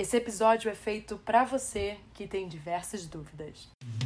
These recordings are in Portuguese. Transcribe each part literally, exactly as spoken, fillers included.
Esse episódio é feito pra você que tem diversas dúvidas.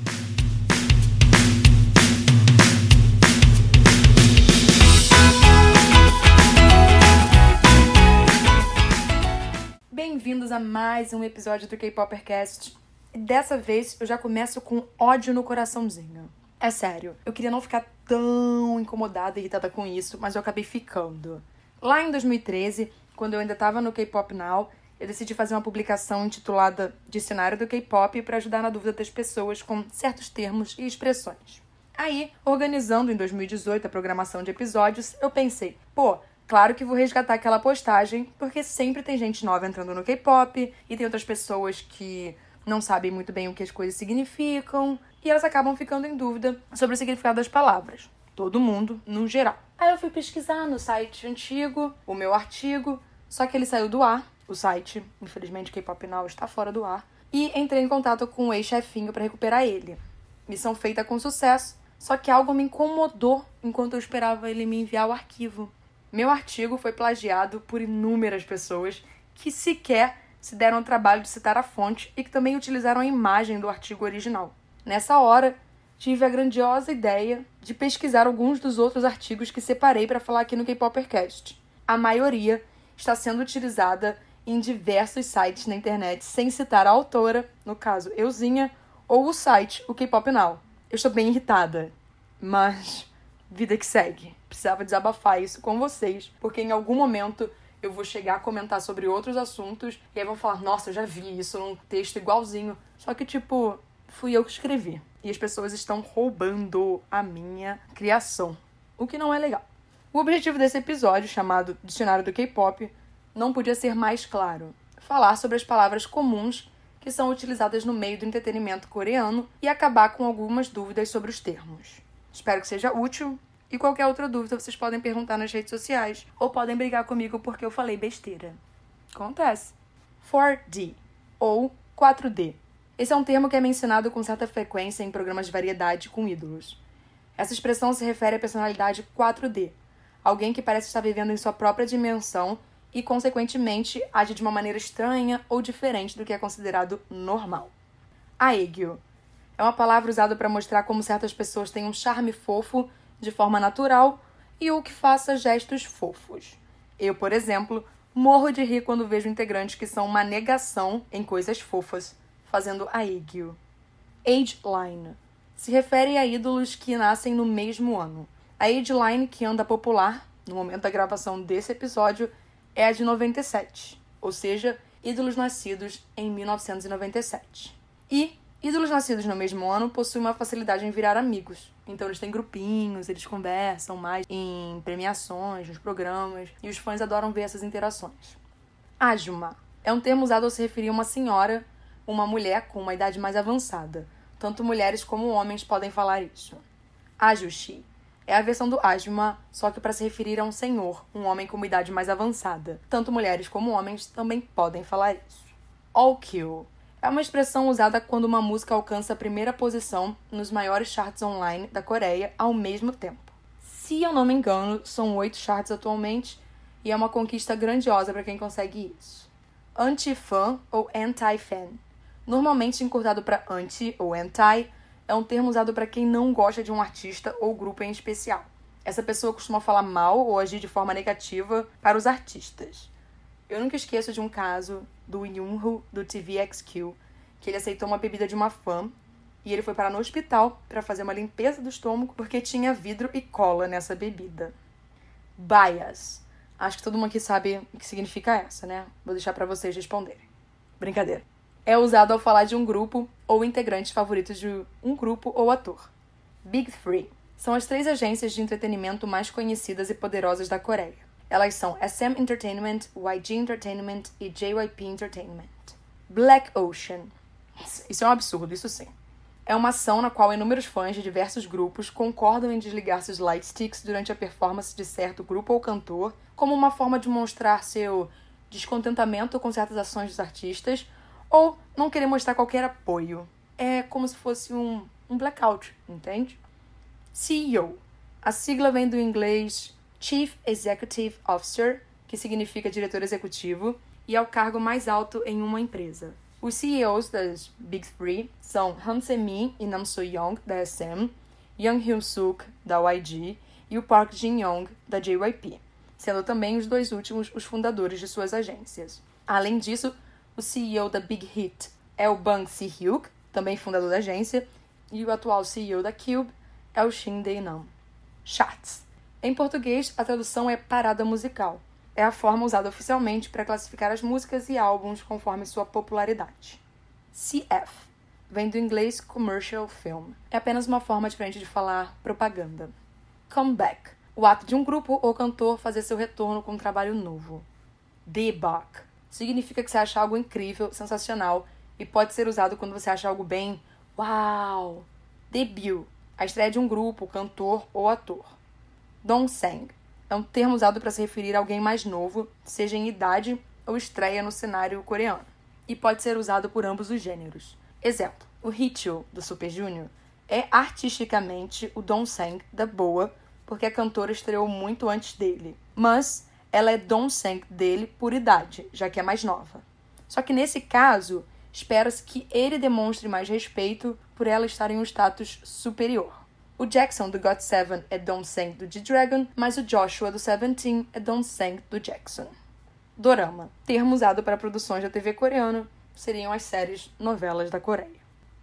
Bem-vindos a mais um episódio do K-Poppercast. E dessa vez eu já começo com ódio no coraçãozinho. É sério, eu queria não ficar tão incomodada e irritada com isso, mas eu acabei ficando. Lá em dois mil e treze, quando eu ainda estava no K-Pop Now, eu decidi fazer uma publicação intitulada Dicionário do K-Pop para ajudar na dúvida das pessoas com certos termos e expressões. Aí, organizando em dois mil e dezoito a programação de episódios, eu pensei, pô, claro que vou resgatar aquela postagem, porque sempre tem gente nova entrando no K-pop e tem outras pessoas que não sabem muito bem o que as coisas significam e elas acabam ficando em dúvida sobre o significado das palavras. Todo mundo, no geral. Aí eu fui pesquisar no site antigo, o meu artigo, só que ele saiu do ar. O site, infelizmente, K-Pop Now está fora do ar. E entrei em contato com o ex-chefinho para recuperar ele. Missão feita com sucesso, só que algo me incomodou enquanto eu esperava ele me enviar o arquivo. Meu artigo foi plagiado por inúmeras pessoas que sequer se deram o trabalho de citar a fonte e que também utilizaram a imagem do artigo original. Nessa hora, tive a grandiosa ideia de pesquisar alguns dos outros artigos que separei para falar aqui no K-Poppercast. A maioria está sendo utilizada em diversos sites na internet sem citar a autora, no caso euzinha, ou o site, o K-Pop Now. Eu estou bem irritada, mas vida que segue. Precisava desabafar isso com vocês, porque em algum momento eu vou chegar a comentar sobre outros assuntos e aí vão falar, nossa, eu já vi isso num texto igualzinho. Só que, tipo, fui eu que escrevi. E as pessoas estão roubando a minha criação, o que não é legal. O objetivo desse episódio, chamado Dicionário do K-Pop, não podia ser mais claro. Falar sobre as palavras comuns que são utilizadas no meio do entretenimento coreano e acabar com algumas dúvidas sobre os termos. Espero que seja útil e qualquer outra dúvida vocês podem perguntar nas redes sociais ou podem brigar comigo porque eu falei besteira. Acontece. quatro D ou quatro D. Esse é um termo que é mencionado com certa frequência em programas de variedade com ídolos. Essa expressão se refere à personalidade quatro D, alguém que parece estar vivendo em sua própria dimensão e, consequentemente, age de uma maneira estranha ou diferente do que é considerado normal. Aegyo é uma palavra usada para mostrar como certas pessoas têm um charme fofo de forma natural e ou que faça gestos fofos. Eu, por exemplo, morro de rir quando vejo integrantes que são uma negação em coisas fofas, fazendo aegyo. Age line se refere a ídolos que nascem no mesmo ano. A age line que anda popular, no momento da gravação desse episódio, é a de noventa e sete, ou seja, ídolos nascidos em mil novecentos e noventa e sete. E ídolos nascidos no mesmo ano possuem uma facilidade em virar amigos. Então eles têm grupinhos, eles conversam mais em premiações, nos programas, e os fãs adoram ver essas interações. Ajuma é um termo usado ao se referir a uma senhora, uma mulher com uma idade mais avançada. Tanto mulheres como homens podem falar isso. Ajushi é a versão do Ajuma, só que para se referir a um senhor, um homem com uma idade mais avançada. Tanto mulheres como homens também podem falar isso. All Kill é uma expressão usada quando uma música alcança a primeira posição nos maiores charts online da Coreia ao mesmo tempo. Se eu não me engano, são oito charts atualmente e é uma conquista grandiosa para quem consegue isso. Anti-fan ou anti-fan. Normalmente encurtado para anti ou anti, é um termo usado para quem não gosta de um artista ou grupo em especial. Essa pessoa costuma falar mal ou agir de forma negativa para os artistas. Eu nunca esqueço de um caso do Yoonho, do T V X Q, que ele aceitou uma bebida de uma fã e ele foi parar no hospital para fazer uma limpeza do estômago porque tinha vidro e cola nessa bebida. Bias. Acho que todo mundo aqui sabe o que significa essa, né? Vou deixar para vocês responderem. Brincadeira. É usado ao falar de um grupo ou integrantes favoritos de um grupo ou ator. Big Three são as três agências de entretenimento mais conhecidas e poderosas da Coreia. Elas são S M Entertainment, Y G Entertainment e J Y P Entertainment. Black Ocean. Isso é um absurdo, isso sim. É uma ação na qual inúmeros fãs de diversos grupos concordam em desligar seus lightsticks durante a performance de certo grupo ou cantor, como uma forma de mostrar seu descontentamento com certas ações dos artistas ou não querer mostrar qualquer apoio. É como se fosse um, um blackout, entende? C E O. A sigla vem do inglês Chief Executive Officer, que significa diretor executivo, e é o cargo mais alto em uma empresa. Os C E Os das Big Three são Han Se-min e Nam So-young, da S M, Young Hyun-suk, da Y G, e o Park Jin-young, da J Y P, sendo também os dois últimos os fundadores de suas agências. Além disso, o C E O da Big Hit é o Bang Si-hyuk, também fundador da agência, e o atual C E O da Cube é o Shin Dae-nam. Charts. Em português, a tradução é parada musical. É a forma usada oficialmente para classificar as músicas e álbuns conforme sua popularidade. C F. Vem do inglês Commercial Film. É apenas uma forma diferente de falar propaganda. Comeback. O ato de um grupo ou cantor fazer seu retorno com um trabalho novo. Debut. Significa que você acha algo incrível, sensacional, e pode ser usado quando você acha algo bem uau. Debut. A estreia de um grupo, cantor ou ator. Donsang. É um termo usado para se referir a alguém mais novo, seja em idade ou estreia no cenário coreano, e pode ser usado por ambos os gêneros. Exemplo, o Hee-chul, do Super Junior, é artisticamente o Donsang da Boa, porque a cantora estreou muito antes dele, mas ela é Donsang dele por idade, já que é mais nova. Só que nesse caso, espera-se que ele demonstre mais respeito por ela estar em um status superior. O Jackson, do got seven, é Donsang do G-Dragon, mas o Joshua, do Seventeen, é Donsang do Jackson. Dorama. Termo usado para produções da T V coreana, seriam as séries novelas da Coreia.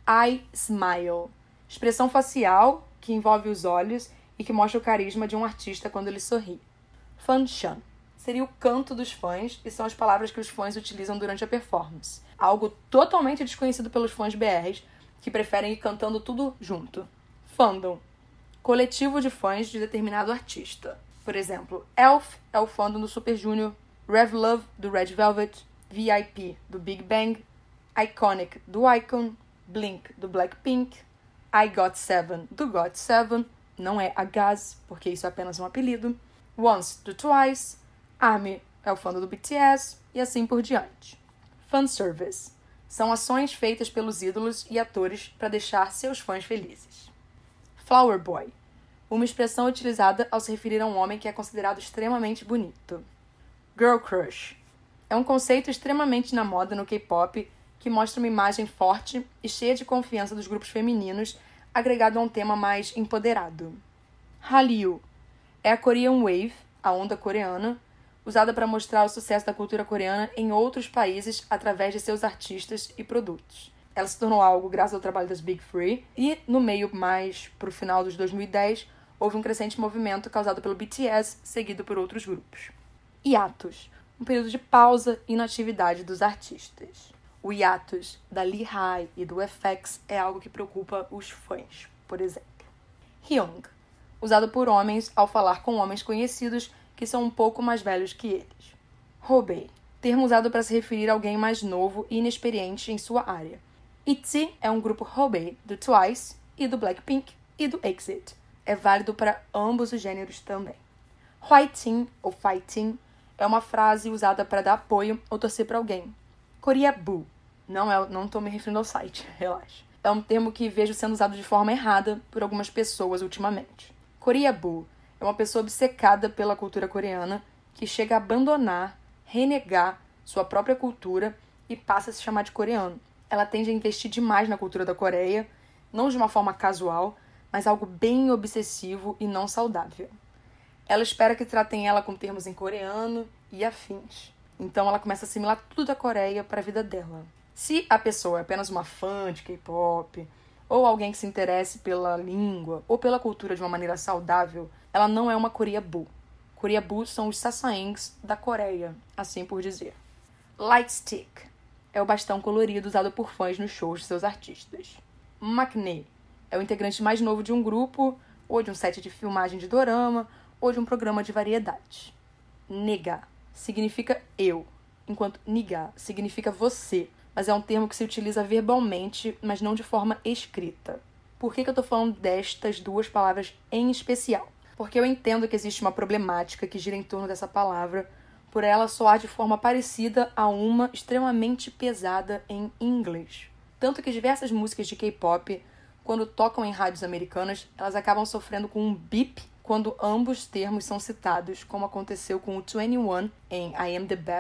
I Smile. Expressão facial que envolve os olhos e que mostra o carisma de um artista quando ele sorri. Fanshan. Seria o canto dos fãs e são as palavras que os fãs utilizam durante a performance. Algo totalmente desconhecido pelos fãs B Rs, que preferem ir cantando tudo junto. Fandom. Coletivo de fãs de determinado artista. Por exemplo, Elf é o fandom do Super Junior, Rev Love, do Red Velvet, V I P, do Big Bang, Iconic, do Icon, Blink, do Blackpink, I got seven, do got seven, não é a Gaz, porque isso é apenas um apelido, Once, do Twice, ARMY é o fandom do B T S, e assim por diante. Fanservice. São ações feitas pelos ídolos e atores para deixar seus fãs felizes. Flower Boy. Uma expressão utilizada ao se referir a um homem que é considerado extremamente bonito. Girl Crush. É um conceito extremamente na moda no K-pop que mostra uma imagem forte e cheia de confiança dos grupos femininos, agregado a um tema mais empoderado. Hallyu. É a Korean Wave, a onda coreana, usada para mostrar o sucesso da cultura coreana em outros países através de seus artistas e produtos. Ela se tornou algo graças ao trabalho das Big Three e, no meio mais pro final dos dois mil e dez, houve um crescente movimento causado pelo B T S, seguido por outros grupos. Hiatus. Um período de pausa e inatividade dos artistas. O hiatus da Lee Hi e do F X é algo que preocupa os fãs, por exemplo. Hyung. Usado por homens ao falar com homens conhecidos que são um pouco mais velhos que eles. Hobe. Termo usado para se referir a alguém mais novo e inexperiente em sua área. ITZY é um grupo Hobe do Twice e do Blackpink e do EXIT. É válido para ambos os gêneros também. Hwaiting ou fighting é uma frase usada para dar apoio ou torcer para alguém. Koreaboo. Não é, não estou me referindo ao site, relaxa. É um termo que vejo sendo usado de forma errada por algumas pessoas ultimamente. Koreaboo é uma pessoa obcecada pela cultura coreana que chega a abandonar, renegar sua própria cultura e passa a se chamar de coreano. Ela tende a investir demais na cultura da Coreia, não de uma forma casual, mas algo bem obsessivo e não saudável. Ela espera que tratem ela com termos em coreano e afins. Então ela começa a assimilar tudo da Coreia para a vida dela. Se a pessoa é apenas uma fã de K-pop, ou alguém que se interesse pela língua ou pela cultura de uma maneira saudável, ela não é uma Koreaboo. Koreaboo são os sasaengs da Coreia, assim por dizer. Lightstick. É o bastão colorido usado por fãs nos shows de seus artistas. Maknae é o integrante mais novo de um grupo, ou de um set de filmagem de dorama, ou de um programa de variedade. Nega significa eu, enquanto niga significa você, mas é um termo que se utiliza verbalmente, mas não de forma escrita. Por que que eu tô falando destas duas palavras em especial? Porque eu entendo que existe uma problemática que gira em torno dessa palavra, por ela soar de forma parecida a uma extremamente pesada em inglês. Tanto que diversas músicas de K-pop, quando tocam em rádios americanas, elas acabam sofrendo com um bip quando ambos termos são citados, como aconteceu com o vinte e um em I Am The Best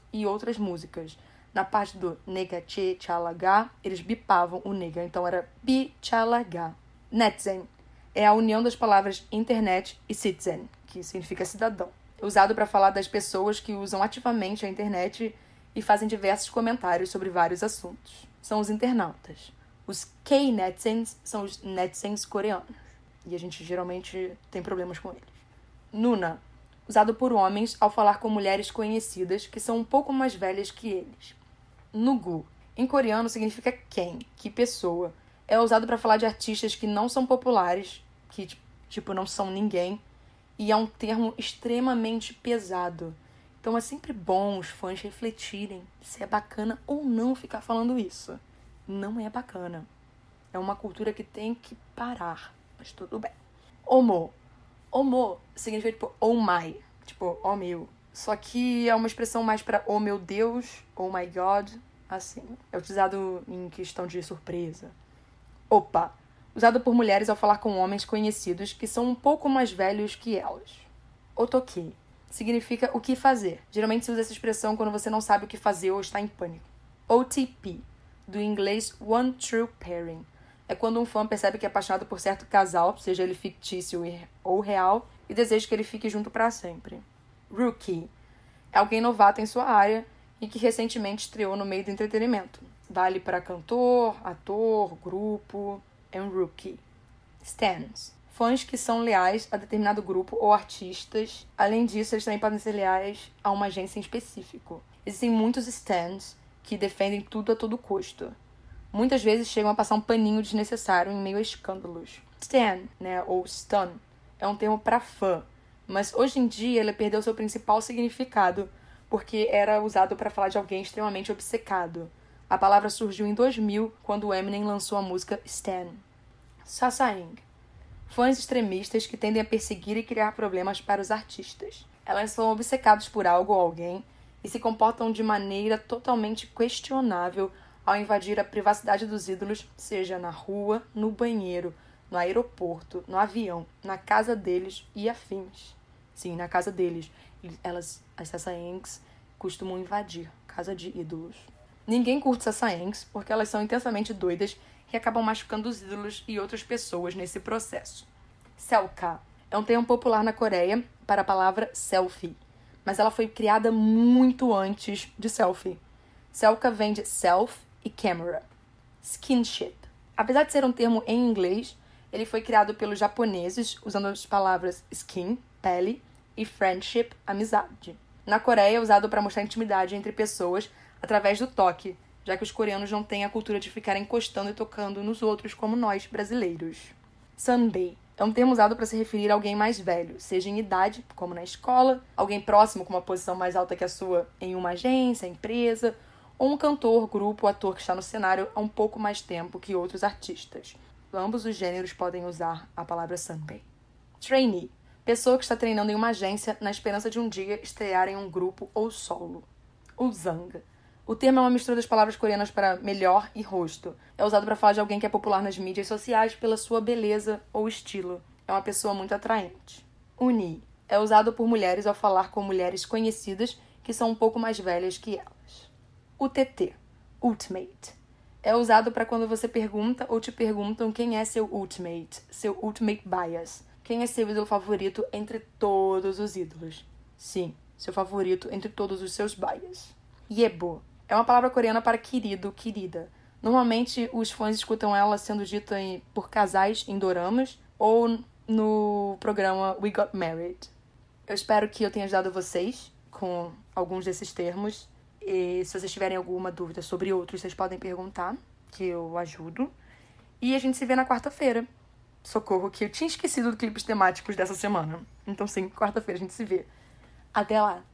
e outras músicas. Na parte do nega che chalaga, eles bipavam o nega, então era bi chalaga. Netizen é a união das palavras internet e citizen, que significa cidadão. Usado para falar das pessoas que usam ativamente a internet e fazem diversos comentários sobre vários assuntos. São os internautas. Os K-netizens são os netizens coreanos. E a gente geralmente tem problemas com eles. Nuna, usado por homens ao falar com mulheres conhecidas que são um pouco mais velhas que eles. Nugu, em coreano significa quem, que pessoa. É usado para falar de artistas que não são populares, que tipo não são ninguém, e é um termo extremamente pesado. Então é sempre bom os fãs refletirem se é bacana ou não ficar falando isso. Não é bacana. É uma cultura que tem que parar, mas tudo bem. Omo. Omo significa tipo oh my, tipo oh meu. Só que é uma expressão mais para oh meu Deus, oh my God, assim. É utilizado em questão de surpresa. Opa, usado por mulheres ao falar com homens conhecidos que são um pouco mais velhos que elas. Otoki significa o que fazer. Geralmente se usa essa expressão quando você não sabe o que fazer ou está em pânico. O T P, do inglês One True Pairing, é quando um fã percebe que é apaixonado por certo casal, seja ele fictício ou real, e deseja que ele fique junto para sempre. Rookie é alguém novato em sua área e que recentemente estreou no meio do entretenimento. Vale para cantor, ator, grupo, é um rookie. Stans, fãs que são leais a determinado grupo ou artistas. Além disso, eles também podem ser leais a uma agência em específico. Existem muitos stans que defendem tudo a todo custo. Muitas vezes chegam a passar um paninho desnecessário em meio a escândalos. Stan, né, ou stan, é um termo para fã, mas hoje em dia ele perdeu seu principal significado porque era usado para falar de alguém extremamente obcecado. A palavra surgiu em dois mil, quando o Eminem lançou a música Stan. Sasaeng, fãs extremistas que tendem a perseguir e criar problemas para os artistas. Elas são obcecadas por algo ou alguém e se comportam de maneira totalmente questionável ao invadir a privacidade dos ídolos, seja na rua, no banheiro, no aeroporto, no avião, na casa deles e afins. Sim, na casa deles. Elas, as Sasaengs, costumam invadir casa de ídolos. Ninguém curte Sasaengs porque elas são intensamente doidas e acabam machucando os ídolos e outras pessoas nesse processo. Selka é um termo popular na Coreia para a palavra selfie, mas ela foi criada muito antes de selfie. Selka vem de self e camera. Skinship. Apesar de ser um termo em inglês, ele foi criado pelos japoneses usando as palavras skin, pele, e friendship, amizade. Na Coreia é usado para mostrar intimidade entre pessoas através do toque, já que os coreanos não têm a cultura de ficar encostando e tocando nos outros como nós, brasileiros. Sunbae é um termo usado para se referir a alguém mais velho, seja em idade, como na escola, alguém próximo com uma posição mais alta que a sua em uma agência, empresa, ou um cantor, grupo ou ator que está no cenário há um pouco mais tempo que outros artistas. Ambos os gêneros podem usar a palavra Sunbae. Trainee, pessoa que está treinando em uma agência na esperança de um dia estrear em um grupo ou solo. Uzang. O termo é uma mistura das palavras coreanas para melhor e rosto. É usado para falar de alguém que é popular nas mídias sociais pela sua beleza ou estilo. É uma pessoa muito atraente. Uni. É usado por mulheres ao falar com mulheres conhecidas que são um pouco mais velhas que elas. U T T. Ultimate. É usado para quando você pergunta ou te perguntam quem é seu ultimate, seu ultimate bias. Quem é seu ídolo favorito entre todos os ídolos? Sim, seu favorito entre todos os seus bias. Yebo é uma palavra coreana para querido, querida. Normalmente os fãs escutam ela sendo dita em, por casais em doramas ou no programa We Got Married. Eu espero que eu tenha ajudado vocês com alguns desses termos. E se vocês tiverem alguma dúvida sobre outros, vocês podem perguntar, que eu ajudo. E a gente se vê na quarta-feira. Socorro, que eu tinha esquecido dos clipes temáticos dessa semana. Então sim, quarta-feira a gente se vê. Até lá!